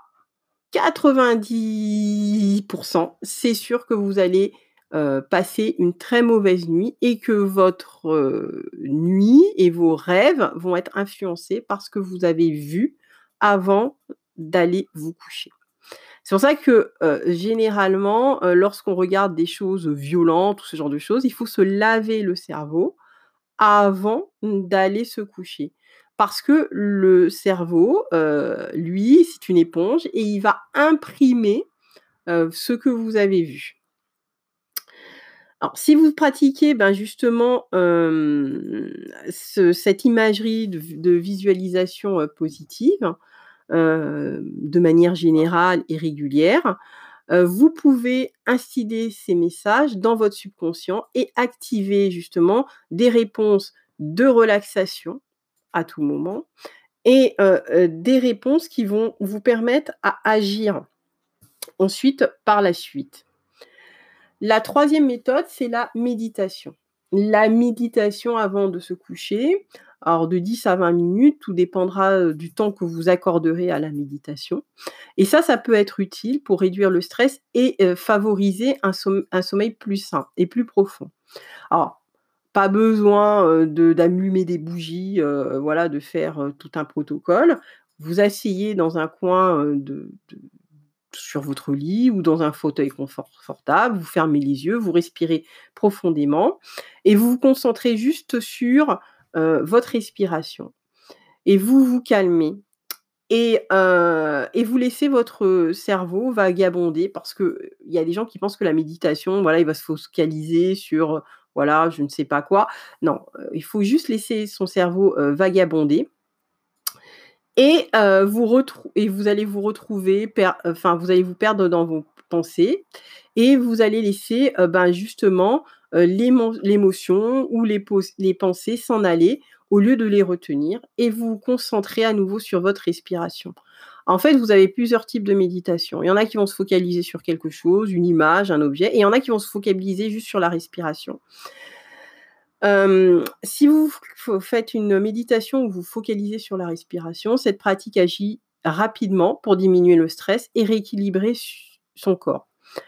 90 c'est sûr que vous allez, passer une très mauvaise nuit et que votre, nuit et vos rêves vont être influencés par ce que vous avez vu avant d'aller vous coucher. C'est pour ça que, généralement, lorsqu'on regarde des choses violentes ou ce genre de choses, il faut se laver le cerveau avant d'aller se coucher. Parce que le cerveau, lui, c'est une éponge et il va imprimer, ce que vous avez vu. Alors si vous pratiquez, ben, justement, cette imagerie de visualisation, positive, de manière générale et régulière, vous pouvez instiller ces messages dans votre subconscient et activer justement des réponses de relaxation à tout moment et des réponses qui vont vous permettre à agir ensuite par la suite. La troisième méthode, c'est la méditation. La méditation avant de se coucher, Alors de 10 à 20 minutes, tout dépendra, du temps que vous accorderez à la méditation et ça peut être utile pour réduire le stress et favoriser un sommeil plus sain et plus profond. Alors, pas besoin, d'allumer des bougies, voilà, de faire, tout un protocole. Vous asseyez dans un coin, de sur votre lit ou dans un fauteuil confortable, vous fermez les yeux, vous respirez profondément et vous vous concentrez juste sur, votre respiration et vous vous calmez et vous laissez votre cerveau vagabonder parce que, il y a des gens qui pensent que la méditation, voilà, il va se focaliser sur, voilà, je ne sais pas quoi. Non, il faut juste laisser son cerveau, vagabonder et vous allez vous retrouver enfin, vous allez vous perdre dans vos pensées et vous allez laisser, ben, justement, l'émotion ou les pensées s'en aller au lieu de les retenir et vous vous concentrez à nouveau sur votre respiration. En fait, vous avez plusieurs types de méditation. Il y en a qui vont se focaliser sur quelque chose, une image, un objet et il y en a qui vont se focaliser juste sur la respiration. Si vous faites une méditation où vous focalisez sur la respiration, cette pratique agit rapidement pour diminuer le stress et rééquilibrer son corps.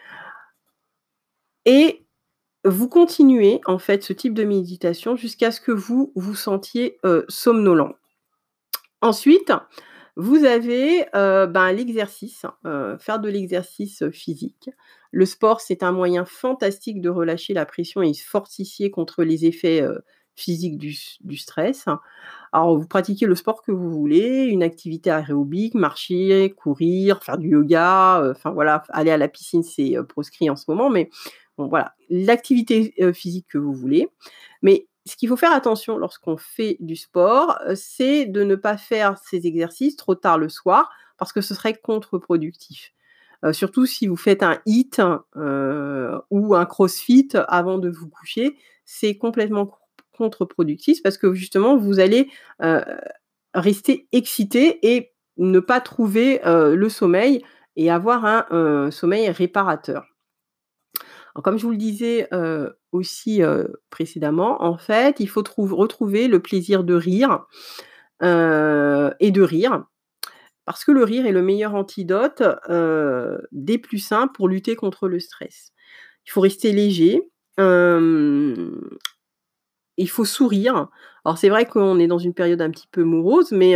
Et vous continuez en fait ce type de méditation jusqu'à ce que vous vous sentiez, somnolent. Ensuite, vous avez, ben, l'exercice, faire de l'exercice, physique. Le sport, c'est un moyen fantastique de relâcher la pression et se fortifier contre les effets, physiques du stress. Alors, vous pratiquez le sport que vous voulez, une activité aérobique, marcher, courir, faire du yoga, enfin voilà, aller à la piscine, c'est, proscrit en ce moment, mais bon voilà, l'activité, physique que vous voulez. Mais ce qu'il faut faire attention lorsqu'on fait du sport, c'est de ne pas faire ces exercices trop tard le soir parce que ce serait contre-productif. Surtout si vous faites un HIIT, ou un CrossFit avant de vous coucher, c'est complètement contre-productif parce que justement vous allez, heu, rester excité et ne pas trouver, le sommeil et avoir un, sommeil réparateur. Alors comme je vous le disais, aussi, précédemment, en fait, il faut retrouver le plaisir de rire, et de rire, parce que le rire est le meilleur antidote, des plus sains pour lutter contre le stress. Il faut rester léger, hem, il faut sourire. Alors c'est vrai qu'on est dans une période un petit peu morose, mais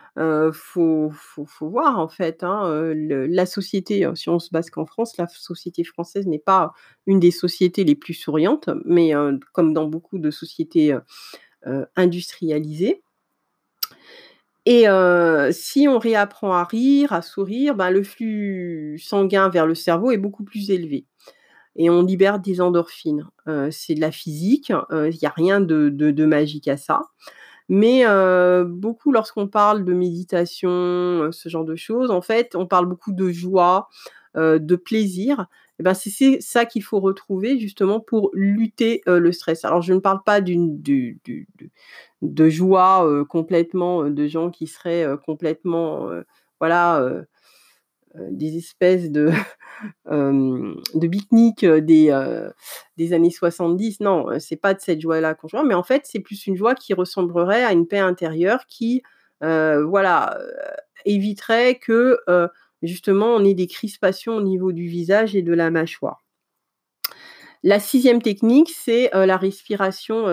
faut voir en fait, hein, la société, si on se base qu'en France, la société française n'est pas une des sociétés les plus souriantes, mais comme dans beaucoup de sociétés, industrialisées et si on réapprend à rire, à sourire, ben, le flux sanguin vers le cerveau est beaucoup plus élevé et on libère des endorphines. C'est de la physique, il y a rien de magique à ça. Mais beaucoup lorsqu'on parle de méditation, ce genre de choses, en fait, on parle beaucoup de joie, de plaisir et ben, c'est ça qu'il faut retrouver justement pour lutter, le stress. Alors je ne parle pas d'une du de joie, complètement, de gens qui seraient, complètement, voilà, des espèces de de pique-nique, des années 70. Non, c'est pas de cette joie-là qu'on parle, mais en fait, c'est plus une joie qui ressemblerait à une paix intérieure qui, voilà, éviterait que, justement, on ait des crispations au niveau du visage et de la mâchoire. La sixième technique, c'est, la respiration,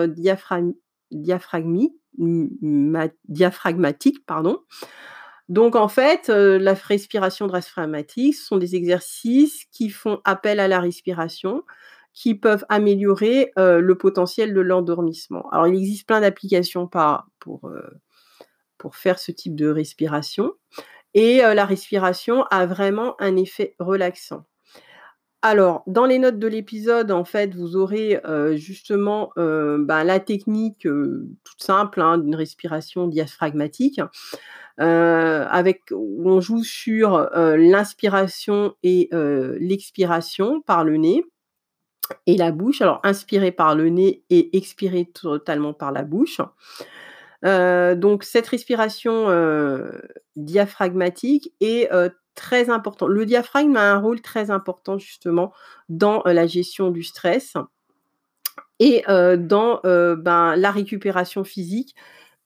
diaphragmatique, pardon. Donc en fait, la respiration diaphragmatique, ce sont des exercices qui font appel à la respiration, qui peuvent améliorer, le potentiel de l'endormissement. Alors il existe plein d'applications pour faire ce type de respiration et la respiration a vraiment un effet relaxant. Alors, dans les notes de l'épisode, en fait, vous aurez, justement, ben, la technique, toute simple, hein, d'une respiration diaphragmatique, avec où on joue sur, l'inspiration et l'expiration par le nez et la bouche. Alors, inspirer par le nez et expirer totalement par la bouche. Donc cette respiration, diaphragmatique est, très important. Le diaphragme a un rôle très important justement dans, la gestion du stress et dans, ben, la récupération physique,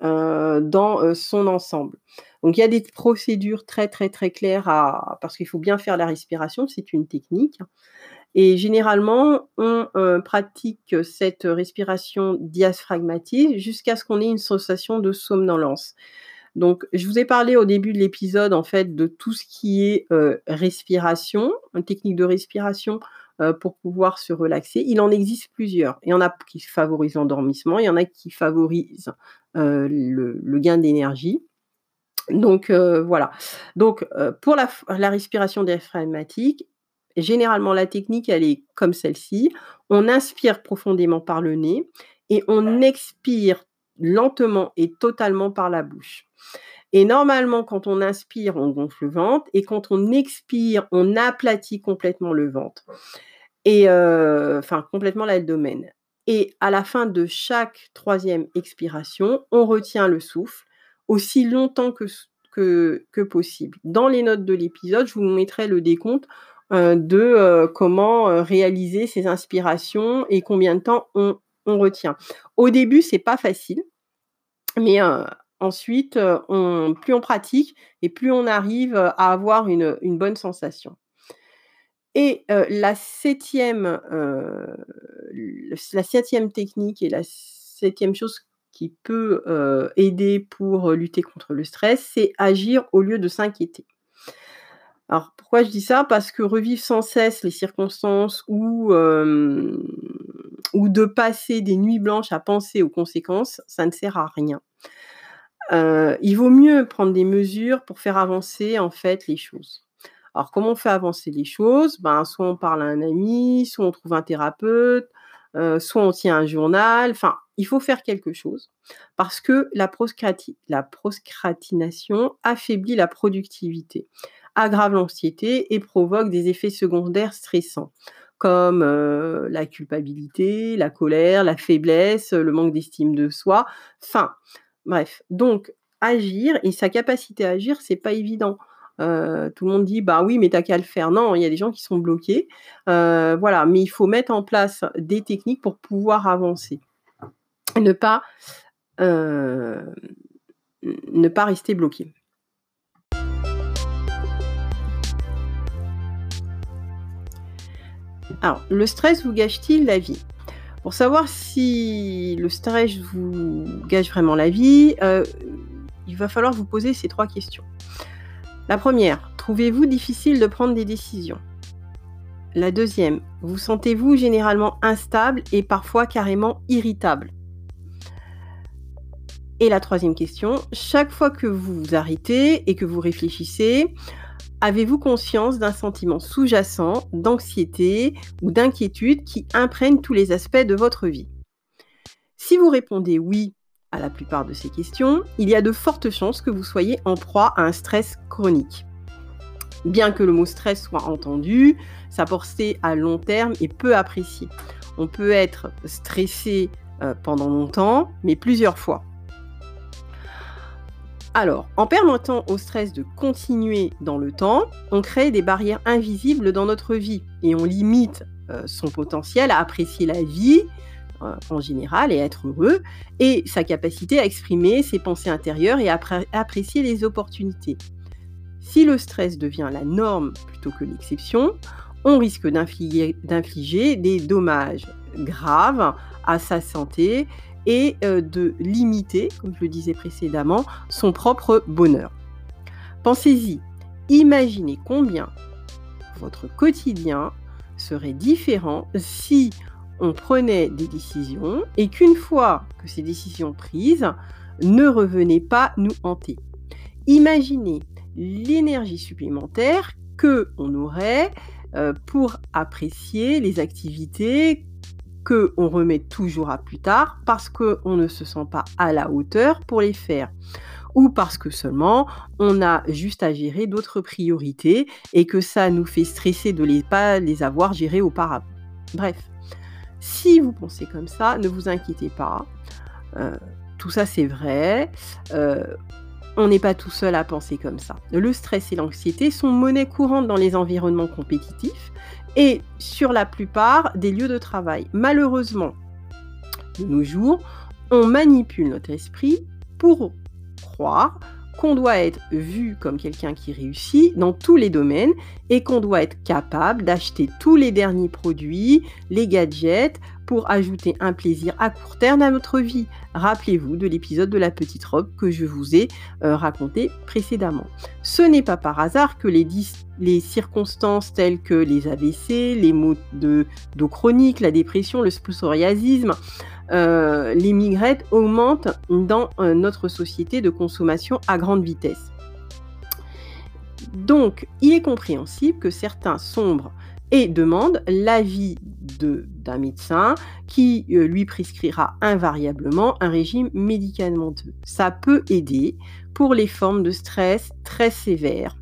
dans, son ensemble. Donc il y a des procédures très, très, très claires parce qu'il faut bien faire la respiration, c'est une technique et généralement on, pratique cette respiration diaphragmatique jusqu'à ce qu'on ait une sensation de somnolence. Donc je vous ai parlé au début de l'épisode, en fait, de tout ce qui est, respiration, une technique de respiration, pour pouvoir se relaxer. Il en existe plusieurs. Il y en a qui favorisent l'endormissement, il y en a qui favorisent, le gain d'énergie. Donc voilà. Donc pour la respiration diaphragmatique, généralement la technique elle est comme celle-ci. On inspire profondément par le nez et on expire lentement et totalement par la bouche. Et normalement quand on inspire, on gonfle le ventre et quand on expire, on aplatit complètement le ventre et enfin complètement l'abdomen. Et à la fin de chaque troisième expiration, on retient le souffle aussi longtemps que possible. Dans les notes de l'épisode, je vous mettrai le décompte, de, comment, réaliser ces inspirations et combien de temps on retient. Au début, c'est pas facile, mais ensuite, plus on pratique et plus on arrive, à avoir une bonne sensation. Et la 7e technique et la 7e chose qui peut, aider pour, lutter contre le stress, c'est agir au lieu de s'inquiéter. Alors pourquoi je dis ça? Parce que revivre sans cesse les circonstances ou de passer des nuits blanches à penser aux conséquences, ça ne sert à rien. Il vaut mieux prendre des mesures pour faire avancer, en fait, les choses. Alors comment on fait avancer les choses? Ben, soit on parle à un ami, soit on trouve un thérapeute, soit on tient un journal, enfin, il faut faire quelque chose parce que la procrastination affaiblit la productivité, aggrave l'anxiété et provoque des effets secondaires stressants comme, la culpabilité, la colère, la faiblesse, le manque d'estime de soi, enfin, bref. Donc agir et sa capacité à agir, c'est pas évident. Tout le monde dit: «Bah oui, mais tu qu'à le faire». Non, il y a des gens qui sont bloqués, voilà, mais il faut mettre en place des techniques pour pouvoir avancer et heu, ne pas rester bloqué. Alors, le stress vous gâche-t-il la vie? Pour savoir si le stress vous gâche vraiment la vie, il va falloir vous poser ces 3 questions. La première, trouvez-vous difficile de prendre des décisions? La deuxième, vous sentez-vous généralement instable et parfois carrément irritable? Et la troisième question, chaque fois que vous vous arrêtez et que vous réfléchissez, avez-vous conscience d'un sentiment sous-jacent, d'anxiété ou d'inquiétude qui imprègne tous les aspects de votre vie? Si vous répondez oui à la plupart de ces questions, il y a de fortes chances que vous soyez en proie à un stress chronique. Bien que le mot stress soit entendu, sa portée à long terme est peu appréciée. On peut être stressé pendant longtemps, mais plusieurs fois. Alors, en permettant au stress de continuer dans le temps, on crée des barrières invisibles dans notre vie et on limite son potentiel à apprécier la vie en général et à être heureux et sa capacité à exprimer ses pensées intérieures et à apprécier les opportunités. Si le stress devient la norme plutôt que l'exception, on risque d'infliger des dommages graves à sa santé et de limiter, comme je le disais précédemment, son propre bonheur. Pensez-y, imaginez combien votre quotidien serait différent si on prenait des décisions et qu'une fois que ces décisions prises, ne revenaient pas nous hanter. Imaginez l'énergie supplémentaire qu'on aurait pour apprécier les activités qu'on remet toujours à plus tard parce qu'on ne se sent pas à la hauteur pour les faire ou parce que seulement on a juste à gérer d'autres priorités et que ça nous fait stresser de ne pas les avoir gérées auparavant. Bref, si vous pensez comme ça, ne vous inquiétez pas, tout ça c'est vrai, on n'est pas tout seul à penser comme ça. Le stress et l'anxiété sont monnaie courante dans les environnements compétitifs et sur la plupart des lieux de travail. Malheureusement, de nos jours, on manipule notre esprit pour croire qu'on doit être vu comme quelqu'un qui réussit dans tous les domaines et qu'on doit être capable d'acheter tous les derniers produits, les gadgets, pour ajouter un plaisir à court terme à notre vie. Rappelez-vous de l'épisode de la petite robe que je vous ai raconté précédemment. Ce n'est pas par hasard que les circonstances telles que les AVC, les maux d'eau chronique, la dépression, le psoriasisme, les migraines augmentent dans notre société de consommation à grande vitesse. Donc, il est compréhensible que certains sombrent et demandent l'avis d'un médecin qui lui prescrira invariablement un régime médicamenteux. Ça peut aider pour les formes de stress très sévères,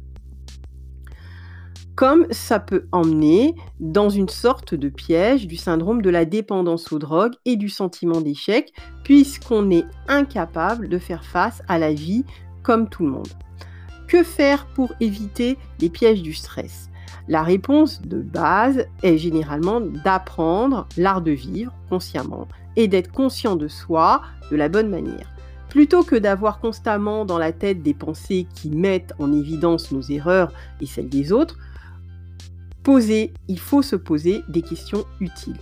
comme ça peut emmener dans une sorte de piège du syndrome de la dépendance aux drogues et du sentiment d'échec, puisqu'on est incapable de faire face à la vie comme tout le monde. Que faire pour éviter les pièges du stress ? La réponse de base est généralement d'apprendre l'art de vivre consciemment et d'être conscient de soi de la bonne manière. Plutôt que d'avoir constamment dans la tête des pensées qui mettent en évidence nos erreurs et celles des autres, il faut se poser des questions utiles.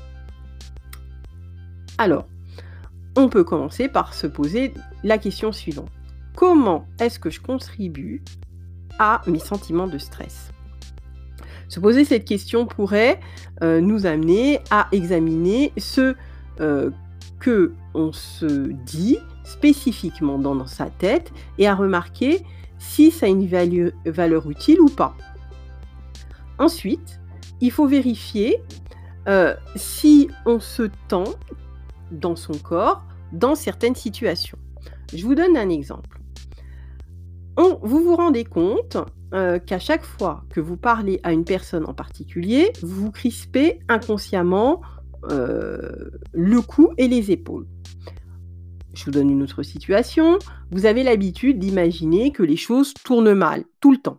Alors, on peut commencer par se poser la question suivante. Comment est-ce que je contribue à mes sentiments de stress ? Se poser cette question pourrait nous amener à examiner ce que on se dit spécifiquement dans sa tête et à remarquer si ça a une valeur utile ou pas. Ensuite, il faut vérifier si on se tend dans son corps dans certaines situations. Je vous donne un exemple. Vous vous rendez compte qu'à chaque fois que vous parlez à une personne en particulier, vous vous crispez inconsciemment le cou et les épaules. Je vous donne une autre situation. Vous avez l'habitude d'imaginer que les choses tournent mal tout le temps.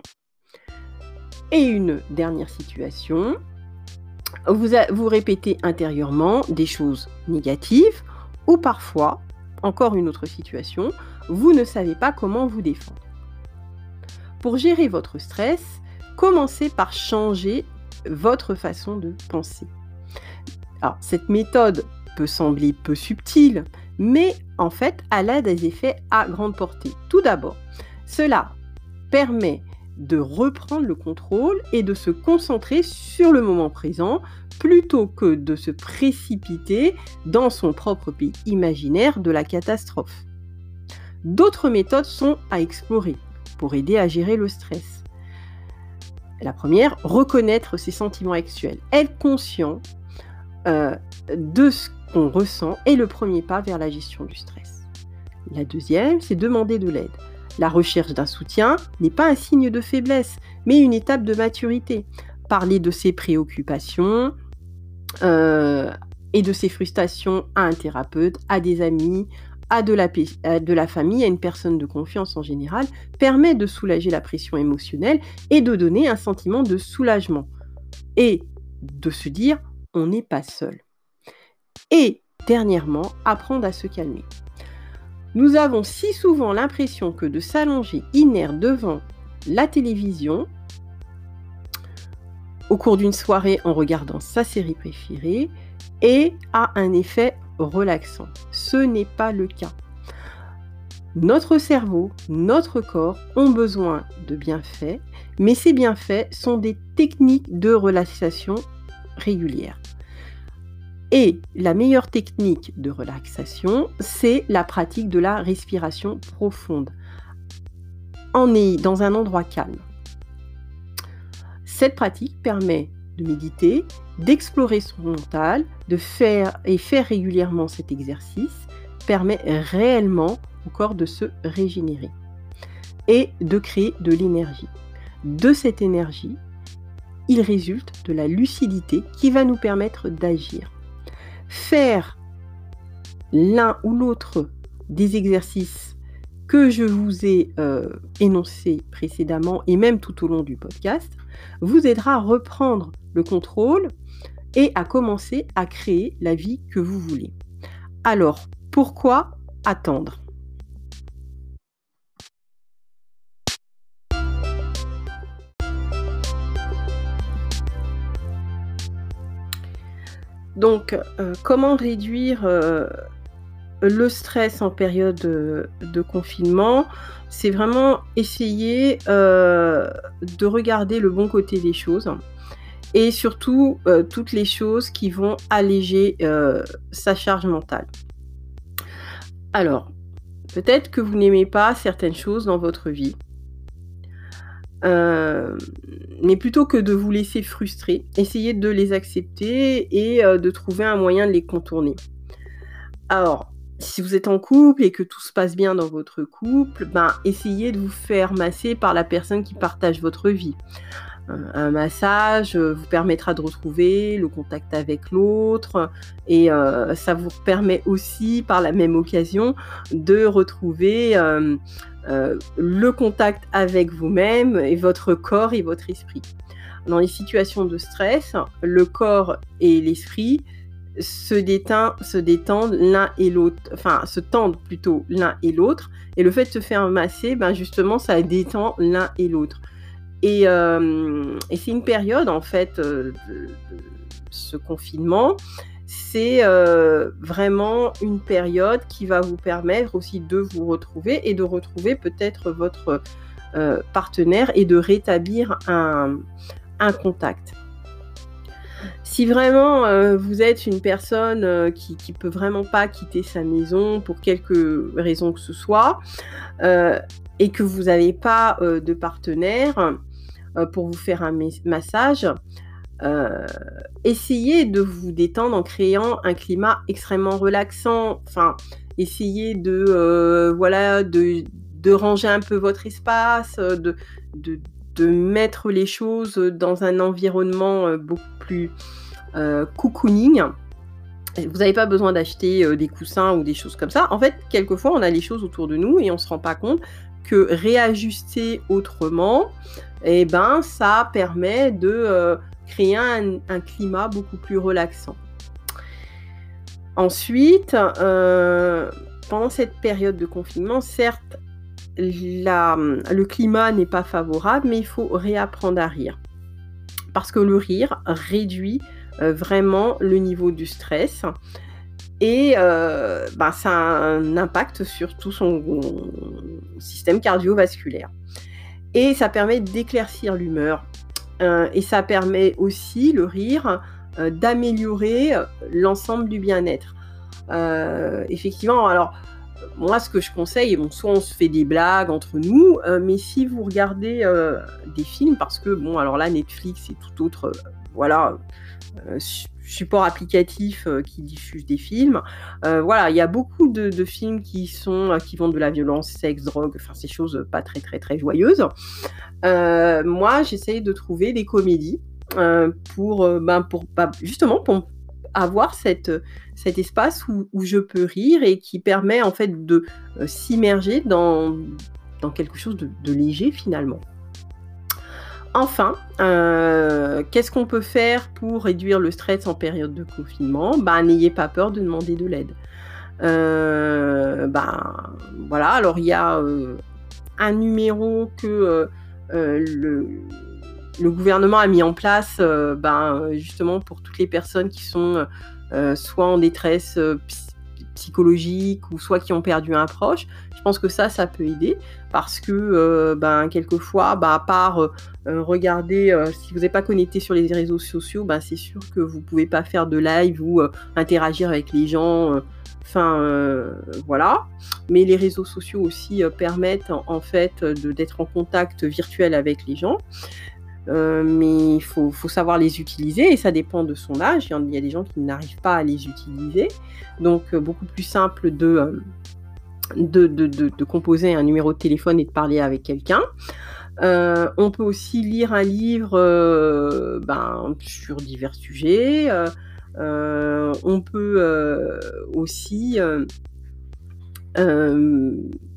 Et une dernière situation, vous répétez intérieurement des choses négatives ou parfois, encore une autre situation, vous ne savez pas comment vous défendre. Pour gérer votre stress, commencez par changer votre façon de penser. Alors, cette méthode peut sembler peu subtile, mais en fait, elle a des effets à grande portée. Tout d'abord, cela permet de reprendre le contrôle et de se concentrer sur le moment présent plutôt que de se précipiter dans son propre pays imaginaire de la catastrophe. D'autres méthodes sont à explorer pour aider à gérer le stress. La première, reconnaître ses sentiments actuels. Être conscient de ce qu'on ressent est le premier pas vers la gestion du stress. La deuxième, c'est demander de l'aide. La recherche d'un soutien n'est pas un signe de faiblesse, mais une étape de maturité. Parler de ses préoccupations et de ses frustrations à un thérapeute, à des amis, à de la famille, à une personne de confiance en général, permet de soulager la pression émotionnelle et de donner un sentiment de soulagement. Et de se dire, on n'est pas seul. Et dernièrement, apprendre à se calmer. Nous avons si souvent l'impression que de s'allonger inerte devant la télévision au cours d'une soirée en regardant sa série préférée a un effet relaxant. Ce n'est pas le cas. Notre cerveau, notre corps ont besoin de bienfaits, mais ces bienfaits sont des techniques de relaxation régulières. Et la meilleure technique de relaxation, c'est la pratique de la respiration profonde. Dans un endroit calme. Cette pratique permet de méditer, d'explorer son mental, faire régulièrement cet exercice, permet réellement au corps de se régénérer et de créer de l'énergie. De cette énergie, il résulte de la lucidité qui va nous permettre d'agir. Faire l'un ou l'autre des exercices que je vous ai énoncés précédemment et même tout au long du podcast vous aidera à reprendre le contrôle et à commencer à créer la vie que vous voulez. Alors, pourquoi attendre ? Donc, comment réduire, le stress en période, de confinement? C'est vraiment essayer, de regarder le bon côté des choses et surtout, toutes les choses qui vont alléger, sa charge mentale. Alors, peut-être que vous n'aimez pas certaines choses dans votre vie, hem, mais plutôt que de vous laisser frustrer, essayez de les accepter et de trouver un moyen de les contourner. Alors, si vous êtes en couple et que tout se passe bien dans votre couple, ben, essayez de vous faire masser par la personne qui partage votre vie. Un massage, vous permettra de retrouver le contact avec l'autre et ça vous permet aussi, par la même occasion, de retrouver, le contact avec vous-même et votre corps et votre esprit. Dans les situations de stress, le corps et l'esprit se détendent l'un et l'autre, enfin se tendent plutôt l'un et l'autre et le fait de se faire masser, ben, justement ça détend l'un et l'autre. Et c'est une période en fait, de ce confinement, c'est, vraiment une période qui va vous permettre aussi de vous retrouver et de retrouver peut-être votre, partenaire et de rétablir un contact. Si vraiment, vous êtes une personne, qui peut vraiment pas quitter sa maison pour quelque raison que ce soit, heu et que vous avez pas, de partenaire, pour vous faire un massage, heu, essayez de vous détendre en créant un climat extrêmement relaxant. Enfin, essayez de, voilà, de ranger un peu votre espace, de de mettre les choses, dans un environnement, beaucoup plus, cocooning. Et vous n'avez pas besoin d'acheter, des coussins ou des choses comme ça. En fait, quelquefois, on a les choses autour de nous et on se rend pas compte que réajuster autrement, et ben, ça permet de, créer un climat beaucoup plus relaxant. Ensuite, pendant cette période de confinement, certes, le climat n'est pas favorable, mais il faut réapprendre à rire. Parce que le rire réduit, vraiment le niveau du stress et bah, ça a un impact sur tout son système cardiovasculaire et ça permet d'éclaircir l'humeur, et ça permet aussi, le rire, d'améliorer, l'ensemble du bien-être. Effectivement, alors, moi, ce que je conseille, bon, soit on se fait des blagues entre nous, mais si vous regardez, des films parce que bon, alors là, Netflix et tout autre, voilà, support applicatif, qui diffuse des films. Voilà, il y a beaucoup de films qui vont de la violence, sexe, drogue, enfin ces choses, pas très, très, très joyeuses. Moi, j'essaye de trouver des comédies, pour, bah, justement pour avoir cet espace où je peux rire et qui permet en fait de, s'immerger dans quelque chose de léger finalement. Enfin, qu'est-ce qu'on peut faire pour réduire le stress en période de confinement? Bah, n'ayez pas peur de demander de l'aide. Ben, voilà, alors il y a, un numéro que, le gouvernement a mis en place, justement pour toutes les personnes qui sont, soit en détresse, psychologique ou soit qui ont perdu un proche. Je pense que ça peut aider parce que, quelquefois, bah, à part, regarder, si vous n'êtes pas connecté sur les réseaux sociaux, bah, c'est sûr que vous pouvez pas faire de live ou, interagir avec les gens, voilà. Mais les réseaux sociaux aussi, permettent en fait, d'être en contact virtuel avec les gens. Mais il faut savoir les utiliser et ça dépend de son âge. Il y a des gens qui n'arrivent pas à les utiliser. Donc, beaucoup plus simple de composer un numéro de téléphone et de parler avec quelqu'un. On peut aussi lire un livre, sur divers sujets. On peut, aussi, hem